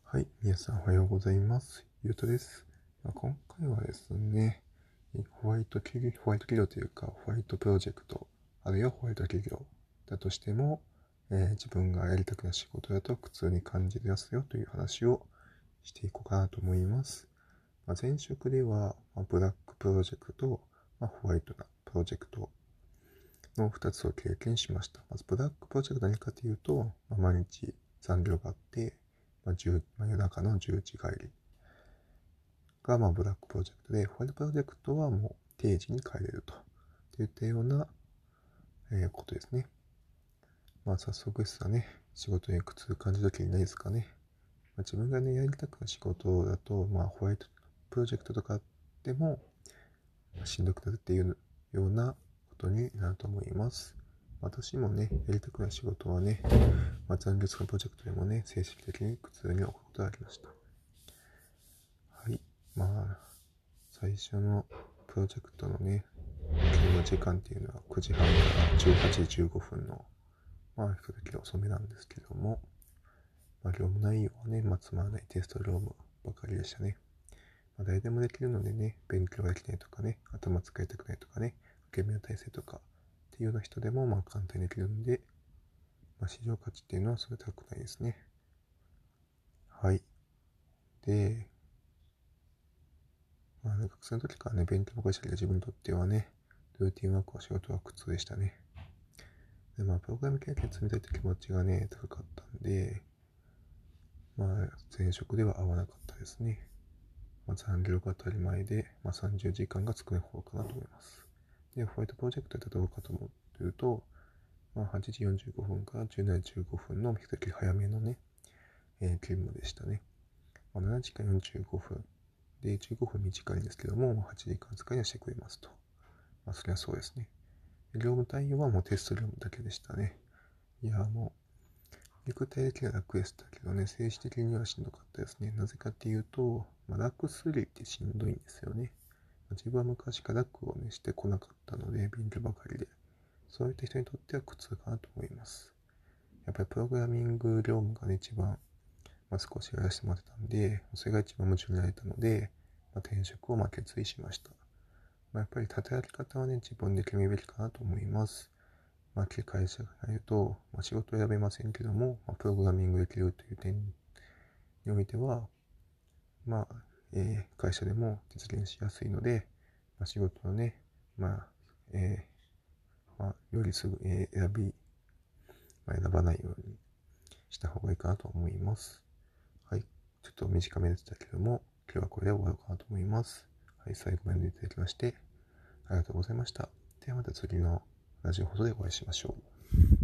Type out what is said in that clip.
はい、皆さんおはようございます。ゆうとです。今回はですね、ホワイト企業というか、ホワイトプロジェクト、あるいはホワイト企業だとしても、自分がやりたくない仕事だと苦痛に感じますよという話をしていこうかなと思います。前職では、ブラックプロジェクト、ホワイトなプロジェクトの2つを経験しました。まずブラックプロジェクトは何かというと、毎日残業があって、夜中の10時帰りがブラックプロジェクトで、ホワイトプロジェクトはもう定時に帰れるといったような、ことですね。早速ですがね、仕事に苦痛感じるときにないですかね。自分がね、やりたくない仕事だと、ホワイトプロジェクトとかでも、しんどくなるっていうようなことになると思います。私もね、やりたくない仕事はね、残業付きのプロジェクトでもね、精神的に苦痛に起こることがありました。はい。最初のプロジェクトのね、勤務時間っていうのは9時半から18時15分の、比較的遅めなんですけども、業務内容はね、つまらないテスト業務ばかりでしたね。誰でもできるのでね、勉強ができないとかね、頭使いたくないとかね、受け身の体制とかっていうような人でも簡単にできるんで、市場価値っていうのはそれ高くないですね。はい。で、学生の時からね、勉強ばかりしたけど自分にとってはね、ルーティンワークは仕事は苦痛でしたね。で、プログラム経験積みたいって気持ちがね、高かったんで、前職では合わなかったですね。残業が当たり前で、30時間が少ない方かなと思います。で、ホワイトプロジェクトだったらどうかと思うと、8時45分から17時15分の比較的早めのね、勤務でしたね。7時間45分で15分短いんですけども、8時間使いをしてくれますと。そりゃそうですね。業務対応はもうテスト業務だけでしたね。いや、肉体的には楽でしたけどね、精神的にはしんどかったですね。なぜかっていうと、楽すぎてしんどいんですよね。自分は昔から楽をね、してこなかったので、勉強ばかりで。そういった人にとっては苦痛かなと思います。やっぱりプログラミング業務がね、一番、少しやらせてもらってたんで、それが一番夢中になれたので、転職を決意しました。やっぱり働き方はね、自分で決めるべきかなと思います。会社が入ると、仕事を選べませんけども、プログラミングできるという点においては、会社でも実現しやすいので、仕事をね、よりすぐ、選ばないようにした方がいいかなと思います。はい。ちょっと短めでしたけども、今日はこれで終わろうかなと思います。はい。最後まで見ていただきまして、ありがとうございました。ではまた次のラジオ放送でお会いしましょう。